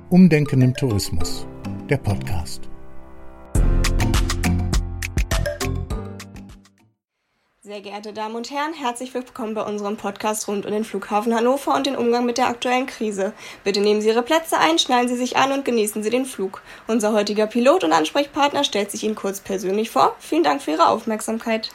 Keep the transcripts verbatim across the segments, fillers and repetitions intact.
Umdenken im Tourismus, der Podcast. Sehr geehrte Damen und Herren, herzlich willkommen bei unserem Podcast rund um den Flughafen Hannover und den Umgang mit der aktuellen Krise. Bitte nehmen Sie Ihre Plätze ein, schnallen Sie sich an und genießen Sie den Flug. Unser heutiger Pilot und Ansprechpartner stellt sich Ihnen kurz persönlich vor. Vielen Dank für Ihre Aufmerksamkeit.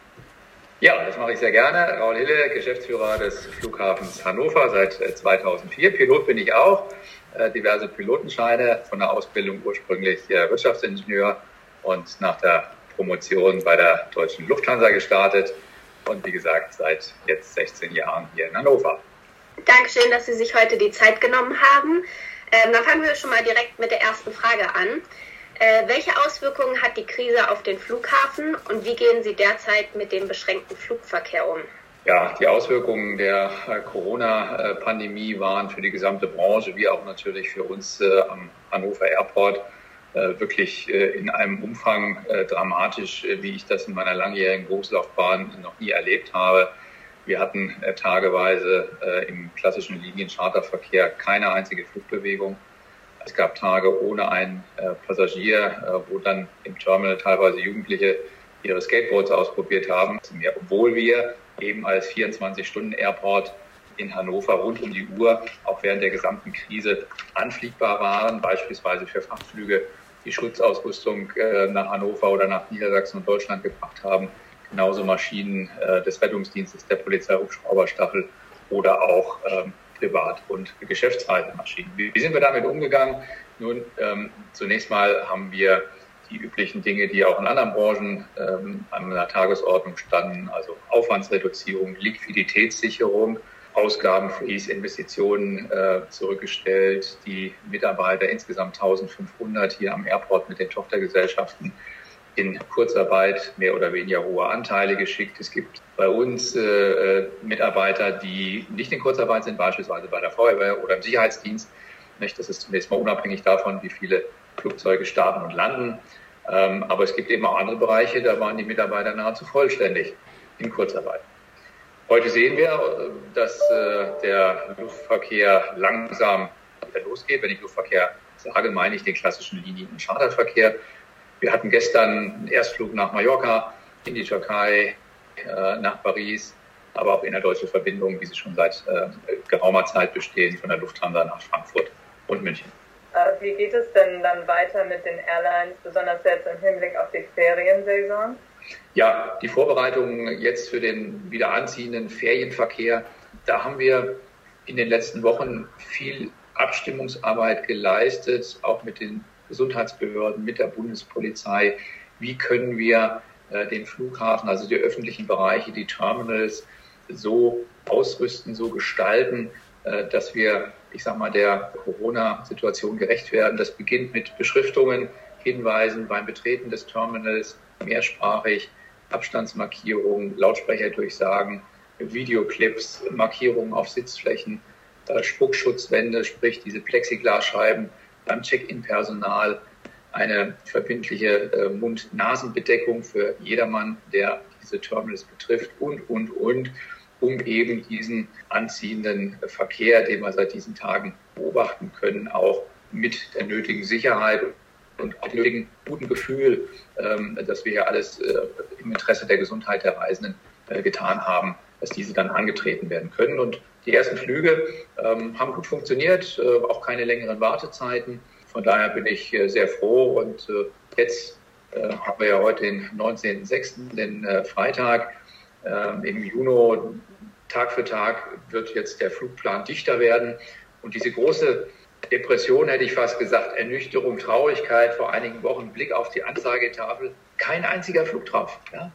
Ja, das mache ich sehr gerne. Raul Hille, Geschäftsführer des Flughafens Hannover seit zweitausendvier. Pilot bin ich auch. Äh, diverse Pilotenscheine, von der Ausbildung ursprünglich äh, Wirtschaftsingenieur und nach der Promotion bei der Deutschen Lufthansa gestartet und wie gesagt seit jetzt sechzehn Jahren hier in Hannover. Dankeschön, dass Sie sich heute die Zeit genommen haben. Ähm, dann fangen wir schon mal direkt mit der ersten Frage an. Äh, welche Auswirkungen hat die Krise auf den Flughafen und wie gehen Sie derzeit mit dem beschränkten Flugverkehr um? Ja, die Auswirkungen der äh, Corona-Pandemie waren für die gesamte Branche, wie auch natürlich für uns äh, am Hannover Airport, äh, wirklich äh, in einem Umfang äh, dramatisch, äh, wie ich das in meiner langjährigen Berufslaufbahn noch nie erlebt habe. Wir hatten äh, tageweise äh, im klassischen Linien-Charterverkehr keine einzige Flugbewegung. Es gab Tage ohne einen äh, Passagier, äh, wo dann im Terminal teilweise Jugendliche ihre Skateboards ausprobiert haben, obwohl wir eben als vierundzwanzig-Stunden-Airport in Hannover rund um die Uhr auch während der gesamten Krise anfliegbar waren, beispielsweise für Frachtflüge die Schutzausrüstung äh, nach Hannover oder nach Niedersachsen und Deutschland gebracht haben, genauso Maschinen äh, des Rettungsdienstes, der Polizeihubschrauberstaffel oder auch ähm, Privat- und Geschäftsreisemaschinen. Wie, wie sind wir damit umgegangen? Nun, ähm, zunächst mal haben wir die üblichen Dinge, die auch in anderen Branchen ähm, an der Tagesordnung standen, also Aufwandsreduzierung, Liquiditätssicherung, Ausgabenfreeze, Investitionen äh, zurückgestellt, die Mitarbeiter, insgesamt eintausendfünfhundert hier am Airport mit den Tochtergesellschaften in Kurzarbeit mehr oder weniger hohe Anteile geschickt. Es gibt bei uns äh, Mitarbeiter, die nicht in Kurzarbeit sind, beispielsweise bei der Feuerwehr oder im Sicherheitsdienst. Nicht? Das ist zunächst mal unabhängig davon, wie viele Flugzeuge starten und landen. Ähm, aber es gibt eben auch andere Bereiche, da waren die Mitarbeiter nahezu vollständig in Kurzarbeit. Heute sehen wir, dass äh, der Luftverkehr langsam wieder losgeht. Wenn ich Luftverkehr sage, meine ich den klassischen Linien- und Charterverkehr. Wir hatten gestern einen Erstflug nach Mallorca, in die Türkei, äh, nach Paris, aber auch innerdeutsche Verbindungen, wie sie schon seit äh, geraumer Zeit bestehen, von der Lufthansa nach Frankfurt und München. Wie geht es denn dann weiter mit den Airlines, besonders jetzt im Hinblick auf die Feriensaison? Ja, die Vorbereitungen jetzt für den wieder anziehenden Ferienverkehr, da haben wir in den letzten Wochen viel Abstimmungsarbeit geleistet, auch mit den Gesundheitsbehörden, mit der Bundespolizei. Wie können wir äh, den Flughafen, also die öffentlichen Bereiche, die Terminals so ausrüsten, so gestalten, äh, dass wir, ich sag mal, der Corona-Situation gerecht werden. Das beginnt mit Beschriftungen, Hinweisen beim Betreten des Terminals, mehrsprachig, Abstandsmarkierungen, Lautsprecherdurchsagen, Videoclips, Markierungen auf Sitzflächen, äh, Spuckschutzwände, sprich diese Plexiglasscheiben beim Check-in-Personal, eine verbindliche äh, Mund-Nasen-Bedeckung für jedermann, der diese Terminals betrifft und, und, und, um eben diesen anziehenden Verkehr, den wir seit diesen Tagen beobachten können, auch mit der nötigen Sicherheit und auch dem nötigen guten Gefühl, ähm, dass wir hier alles äh, im Interesse der Gesundheit der Reisenden äh, getan haben, dass diese dann angetreten werden können. Und die ersten Flüge ähm, haben gut funktioniert, äh, auch keine längeren Wartezeiten. Von daher bin ich äh, sehr froh. Und äh, jetzt äh, haben wir ja heute den neunzehnten sechsten, den äh, Freitag. Äh, Im Juni, Tag für Tag, wird jetzt der Flugplan dichter werden. Und diese große Depression, hätte ich fast gesagt, Ernüchterung, Traurigkeit, vor einigen Wochen Blick auf die Anzeigetafel, kein einziger Flug drauf. Ja.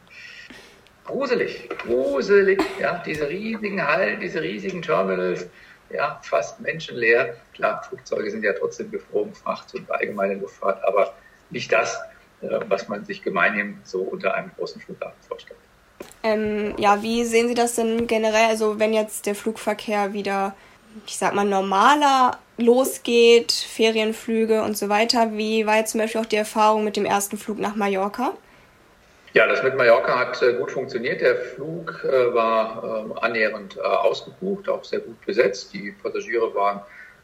Gruselig, gruselig, ja, diese riesigen Hallen, diese riesigen Terminals, ja, fast menschenleer. Klar, Flugzeuge sind ja trotzdem geflogen, Fracht und allgemeine Luftfahrt, aber nicht das, was man sich gemeinhin so unter einem großen Flughafen vorstellt. Ähm, ja, wie sehen Sie das denn generell, also wenn jetzt der Flugverkehr wieder, ich sag mal, normaler losgeht, Ferienflüge und so weiter, wie war jetzt zum Beispiel auch die Erfahrung mit dem ersten Flug nach Mallorca? Ja, das mit Mallorca hat äh, gut funktioniert. Der Flug äh, war äh, annähernd äh, ausgebucht, auch sehr gut besetzt. Die Passagiere waren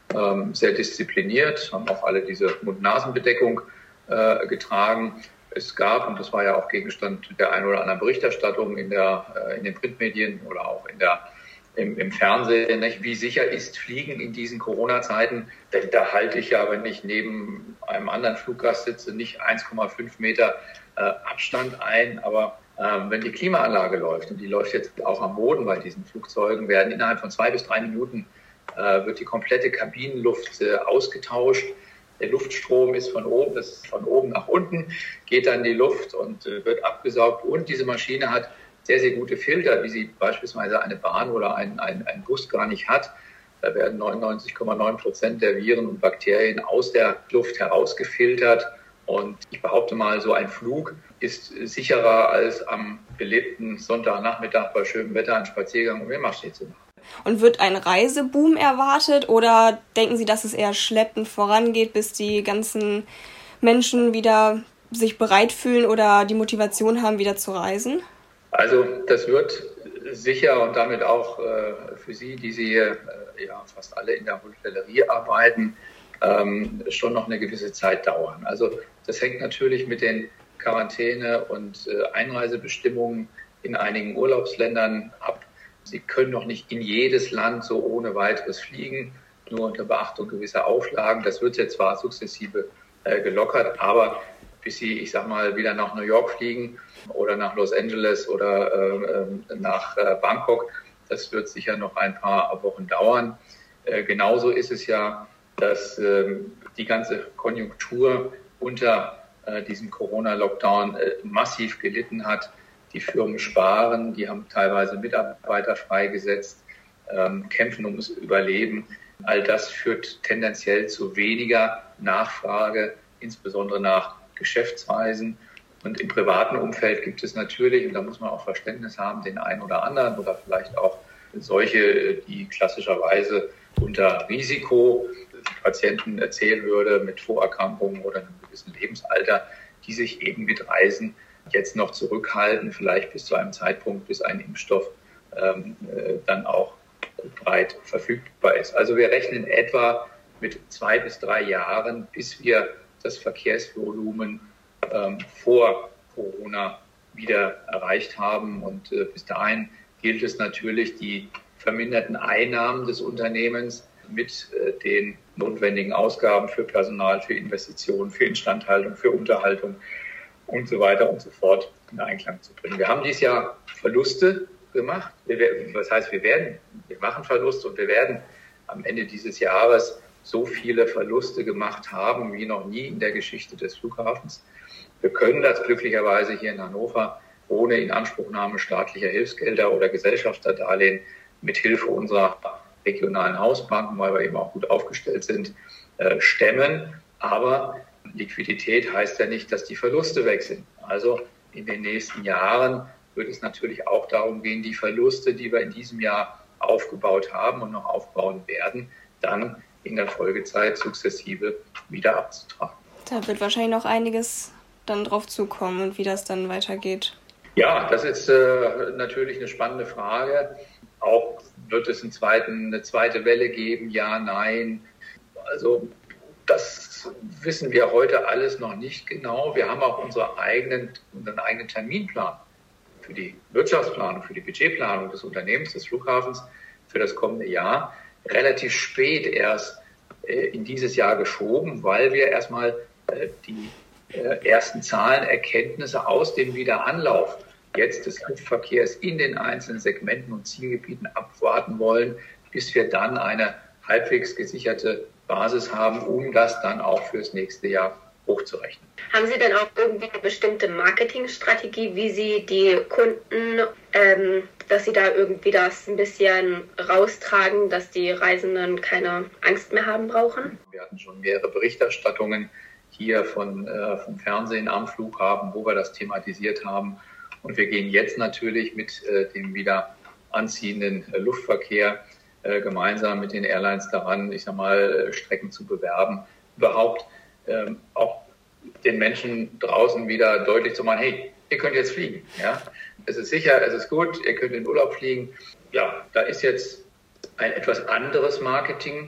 ähm, sehr diszipliniert, haben auch alle diese Mund-Nasen-Bedeckung äh, getragen. Es gab, und das war ja auch Gegenstand der ein oder anderen Berichterstattung in, der, äh, in den Printmedien oder auch in der, im, im Fernsehen, nicht? Wie sicher ist Fliegen in diesen Corona-Zeiten? Denn da halte ich ja, wenn ich neben einem anderen Fluggast sitze, nicht eins Komma fünf Meter äh, Abstand ein, aber Ähm, wenn die Klimaanlage läuft, und die läuft jetzt auch am Boden bei diesen Flugzeugen, werden innerhalb von zwei bis drei Minuten äh, wird die komplette Kabinenluft äh, ausgetauscht. Der Luftstrom ist von oben, das ist von oben nach unten, geht dann in die Luft und äh, wird abgesaugt. Und diese Maschine hat sehr, sehr gute Filter, wie sie beispielsweise eine Bahn oder ein, ein, ein Bus gar nicht hat. Da werden neunundneunzig Komma neun Prozent der Viren und Bakterien aus der Luft herausgefiltert. Und ich behaupte mal, so ein Flug ist sicherer als am belebten Sonntagnachmittag bei schönem Wetter einen Spaziergang um den Marschsee zu machen. Und wird ein Reiseboom erwartet oder denken Sie, dass es eher schleppend vorangeht, bis die ganzen Menschen wieder sich bereit fühlen oder die Motivation haben, wieder zu reisen? Also das wird sicher und damit auch äh, für Sie, die Sie äh, ja fast alle in der Hotellerie arbeiten, ähm, schon noch eine gewisse Zeit dauern. Also das hängt natürlich mit den Quarantäne- und äh, Einreisebestimmungen in einigen Urlaubsländern ab. Sie können noch nicht in jedes Land so ohne weiteres fliegen, nur unter Beachtung gewisser Auflagen. Das wird jetzt zwar sukzessive äh, gelockert, aber bis Sie, ich sag mal, wieder nach New York fliegen oder nach Los Angeles oder äh, nach äh, Bangkok, das wird sicher noch ein paar Wochen dauern. Äh, genauso ist es ja, dass äh, die ganze Konjunktur unter äh, diesem Corona-Lockdown äh, massiv gelitten hat. Die Firmen sparen, die haben teilweise Mitarbeiter freigesetzt, ähm, kämpfen ums Überleben. All das führt tendenziell zu weniger Nachfrage, insbesondere nach Geschäftsreisen. Und im privaten Umfeld gibt es natürlich, und da muss man auch Verständnis haben, den einen oder anderen oder vielleicht auch solche, die klassischerweise unter Risiko Patienten erzählen würde mit Vorerkrankungen oder einem gewissen Lebensalter, die sich eben mit Reisen jetzt noch zurückhalten, vielleicht bis zu einem Zeitpunkt, bis ein Impfstoff ähm, äh, dann auch breit verfügbar ist. Also wir rechnen etwa mit zwei bis drei Jahren, bis wir das Verkehrsvolumen ähm, vor Corona wieder erreicht haben. Und äh, bis dahin gilt es natürlich, die verminderten Einnahmen des Unternehmens mit äh, den notwendigen Ausgaben für Personal, für Investitionen, für Instandhaltung, für Unterhaltung und so weiter und so fort in Einklang zu bringen. Wir haben dieses Jahr Verluste gemacht. Wir, was heißt, wir werden, wir machen Verluste und wir werden am Ende dieses Jahres so viele Verluste gemacht haben wie noch nie in der Geschichte des Flughafens. Wir können das glücklicherweise hier in Hannover ohne Inanspruchnahme staatlicher Hilfsgelder oder Gesellschafterdarlehen mit Hilfe unserer regionalen Hausbanken, weil wir eben auch gut aufgestellt sind, äh, stemmen. Aber Liquidität heißt ja nicht, dass die Verluste weg sind. Also in den nächsten Jahren wird es natürlich auch darum gehen, die Verluste, die wir in diesem Jahr aufgebaut haben und noch aufbauen werden, dann in der Folgezeit sukzessive wieder abzutragen. Da wird wahrscheinlich noch einiges dann drauf zukommen und wie das dann weitergeht. Ja, das ist äh, natürlich eine spannende Frage. Auch wird es einen zweiten, eine zweite Welle geben? Ja, nein. Also das wissen wir heute alles noch nicht genau. Wir haben auch unsere eigenen, unseren eigenen Terminplan für die Wirtschaftsplanung, für die Budgetplanung des Unternehmens, des Flughafens für das kommende Jahr relativ spät erst äh, in dieses Jahr geschoben, weil wir erstmal äh, die äh, ersten Zahlenerkenntnisse aus dem Wiederanlauf jetzt des Luftverkehrs in den einzelnen Segmenten und Zielgebieten abwarten wollen, bis wir dann eine halbwegs gesicherte Basis haben, um das dann auch fürs nächste Jahr hochzurechnen. Haben Sie denn auch irgendwie eine bestimmte Marketingstrategie, wie Sie die Kunden, ähm, dass Sie da irgendwie das ein bisschen raustragen, dass die Reisenden keine Angst mehr haben brauchen? Wir hatten schon mehrere Berichterstattungen hier von, äh, vom Fernsehen am Flughafen, wo wir das thematisiert haben. Und wir gehen jetzt natürlich mit äh, dem wieder anziehenden äh, Luftverkehr äh, gemeinsam mit den Airlines daran, ich sag mal, äh, Strecken zu bewerben, überhaupt ähm, auch den Menschen draußen wieder deutlich zu machen, hey, ihr könnt jetzt fliegen. Ja? Es ist sicher, es ist gut, ihr könnt in Urlaub fliegen. Ja, da ist jetzt ein etwas anderes Marketing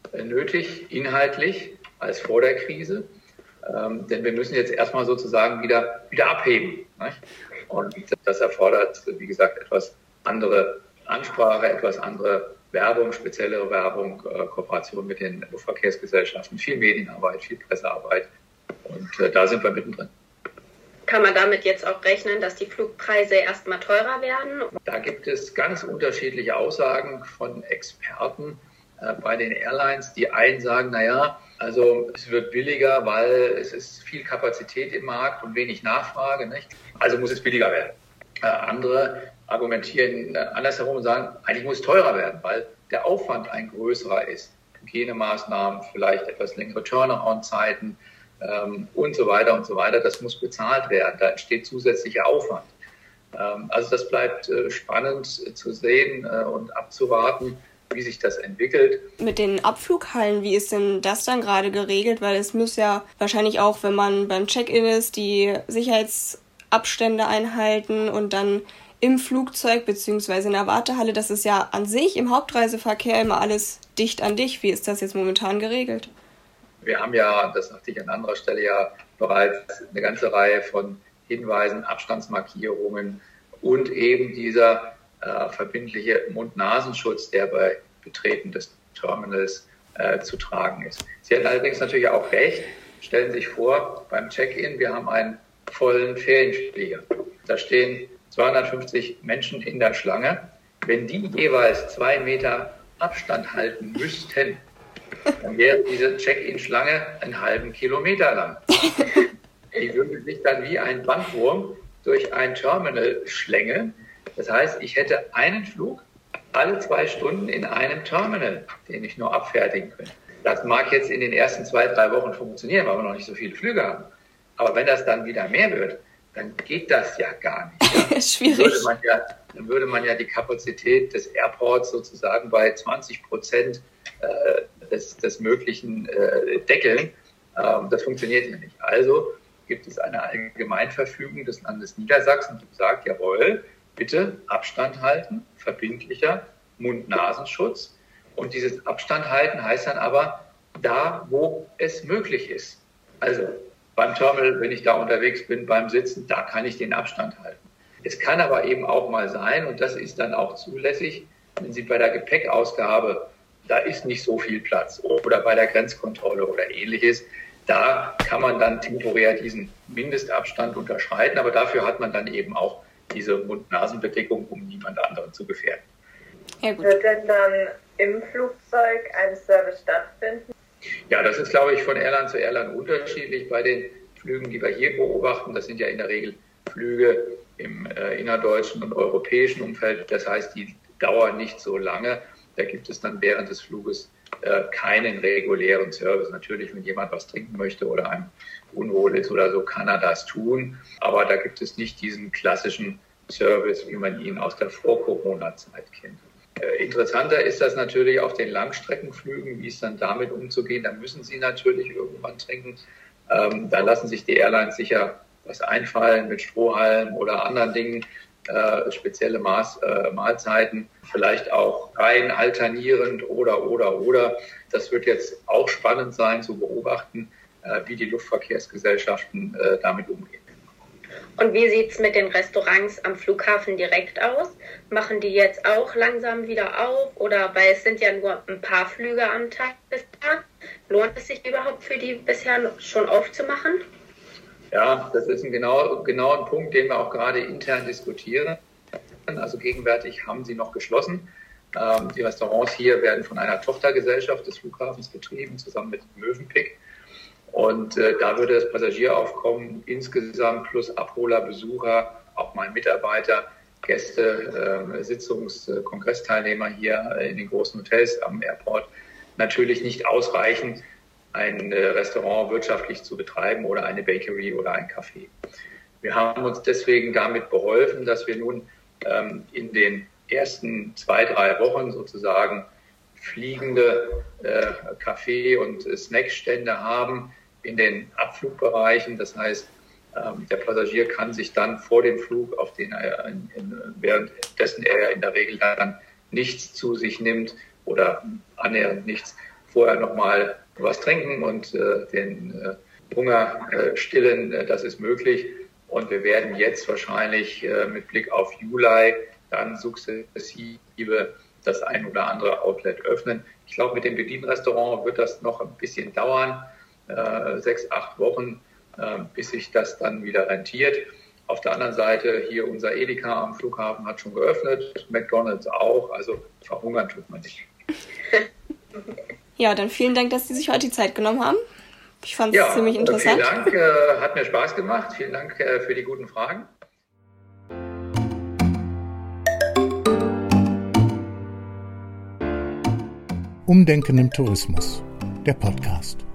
nötig, inhaltlich, als vor der Krise. Ähm, denn wir müssen jetzt erstmal sozusagen wieder, wieder abheben. Nicht? Und das erfordert, wie gesagt, etwas andere Ansprache, etwas andere Werbung, speziellere Werbung, äh, Kooperation mit den Luftverkehrsgesellschaften, viel Medienarbeit, viel Pressearbeit. Und äh, da sind wir mittendrin. Kann man damit jetzt auch rechnen, dass die Flugpreise erstmal teurer werden? Da gibt es ganz unterschiedliche Aussagen von Experten äh, bei den Airlines. Die einen sagen, naja, also es wird billiger, weil es ist viel Kapazität im Markt und wenig Nachfrage, nicht? Also muss es billiger werden. Äh, andere argumentieren äh, andersherum und sagen, eigentlich muss es teurer werden, weil der Aufwand ein größerer ist. Hygienemaßnahmen, vielleicht etwas längere Turnaround-Zeiten, Ähm, und so weiter und so weiter. Das muss bezahlt werden. Da entsteht zusätzlicher Aufwand. Ähm, also das bleibt äh, spannend äh, zu sehen äh, und abzuwarten, wie sich das entwickelt. Mit den Abflughallen, wie ist denn das dann gerade geregelt? Weil es muss ja wahrscheinlich auch, wenn man beim Check-in ist, die Sicherheitsabstände einhalten und dann im Flugzeug bzw. in der Wartehalle, das ist ja an sich im Hauptreiseverkehr immer alles dicht an dich. Wie ist das jetzt momentan geregelt? Wir haben ja, das sagte ich an anderer Stelle ja bereits, eine ganze Reihe von Hinweisen, Abstandsmarkierungen und eben dieser äh, verbindliche Mund-Nasenschutz, der bei Betreten des Terminals äh, zu tragen ist. Sie hatten allerdings natürlich auch recht. Stellen Sie sich vor, beim Check-in, wir haben einen vollen Ferienflieger. Da stehen zweihundertfünfzig Menschen in der Schlange. Wenn die jeweils zwei Meter Abstand halten müssten, dann wäre diese Check-in-Schlange einen halben Kilometer lang. Die würde sich dann wie ein Bandwurm durch ein Terminal schlängeln. Das heißt, ich hätte einen Flug alle zwei Stunden in einem Terminal, den ich nur abfertigen könnte. Das mag jetzt in den ersten zwei, drei Wochen funktionieren, weil wir noch nicht so viele Flüge haben. Aber wenn das dann wieder mehr wird, dann geht das ja gar nicht. Ja. Schwierig. Dann würde man ja, dann würde man ja die Kapazität des Airports sozusagen bei zwanzig Prozent äh, des, des Möglichen äh, deckeln. Ähm, das funktioniert ja nicht. Also gibt es eine Allgemeinverfügung des Landes Niedersachsen, die sagt, jawohl, bitte Abstand halten, verbindlicher Mund-Nasenschutz. Und dieses Abstand halten heißt dann aber da, wo es möglich ist. Also beim Terminal, wenn ich da unterwegs bin, beim Sitzen, da kann ich den Abstand halten. Es kann aber eben auch mal sein, und das ist dann auch zulässig, wenn Sie bei der Gepäckausgabe, da ist nicht so viel Platz, oder bei der Grenzkontrolle oder ähnliches, da kann man dann temporär diesen Mindestabstand unterschreiten, aber dafür hat man dann eben auch diese Mund-Nasen-Bedeckung, um niemand anderen zu gefährden. Ja, gut. Wird denn dann im Flugzeug ein Service stattfinden? Ja, das ist, glaube ich, von Airline zu Airline unterschiedlich. Bei den Flügen, die wir hier beobachten, das sind ja in der Regel Flüge im äh, innerdeutschen und europäischen Umfeld. Das heißt, die dauern nicht so lange. Da gibt es dann während des Fluges äh, keinen regulären Service. Natürlich, wenn jemand was trinken möchte oder einem unwohl ist oder so, kann er das tun. Aber da gibt es nicht diesen klassischen Service, wie man ihn aus der Vor-Corona-Zeit kennt. Äh, interessanter ist das natürlich auf den Langstreckenflügen, wie es dann damit umzugehen. Da müssen Sie natürlich irgendwann trinken. Ähm, da lassen sich die Airlines sicher was einfallen mit Strohhalmen oder anderen Dingen, äh, spezielle Maß, äh, Mahlzeiten, vielleicht auch rein alternierend oder, oder, oder. Das wird jetzt auch spannend sein zu beobachten, äh, wie die Luftverkehrsgesellschaften äh, damit umgehen. Und wie sieht es mit den Restaurants am Flughafen direkt aus? Machen die jetzt auch langsam wieder auf? Oder, weil es sind ja nur ein paar Flüge am Tag bis da. Lohnt es sich überhaupt für die bisher schon aufzumachen? Ja, das ist ein genau, genau ein Punkt, den wir auch gerade intern diskutieren. Also gegenwärtig haben sie noch geschlossen. Ähm, die Restaurants hier werden von einer Tochtergesellschaft des Flughafens betrieben, zusammen mit Mövenpick. Und äh, da würde das Passagieraufkommen insgesamt plus Abholer, Besucher, auch mal Mitarbeiter, Gäste, äh, Sitzungs-, äh, Kongressteilnehmer hier in den großen Hotels am Airport natürlich nicht ausreichen, ein äh, Restaurant wirtschaftlich zu betreiben oder eine Bakery oder ein Café. Wir haben uns deswegen damit beholfen, dass wir nun ähm, in den ersten zwei, drei Wochen sozusagen fliegende äh, Kaffee- und äh, Snackstände haben in den Abflugbereichen. Das heißt, ähm, der Passagier kann sich dann vor dem Flug, auf den er in, in, währenddessen er in der Regel dann nichts zu sich nimmt oder annähernd nichts, vorher nochmal was trinken und äh, den äh, Hunger äh, stillen, äh, das ist möglich. Und wir werden jetzt wahrscheinlich äh, mit Blick auf Juli dann sukzessive das ein oder andere Outlet öffnen. Ich glaube, mit dem Bedienrestaurant wird das noch ein bisschen dauern, äh, sechs, acht Wochen, äh, bis sich das dann wieder rentiert. Auf der anderen Seite hier unser Edeka am Flughafen hat schon geöffnet, McDonald's auch, also verhungern tut man nicht. Ja, dann vielen Dank, dass Sie sich heute die Zeit genommen haben. Ich fand es ja, ziemlich interessant. Vielen Dank, äh, hat mir Spaß gemacht. Vielen Dank äh, für die guten Fragen. Umdenken im Tourismus, der Podcast.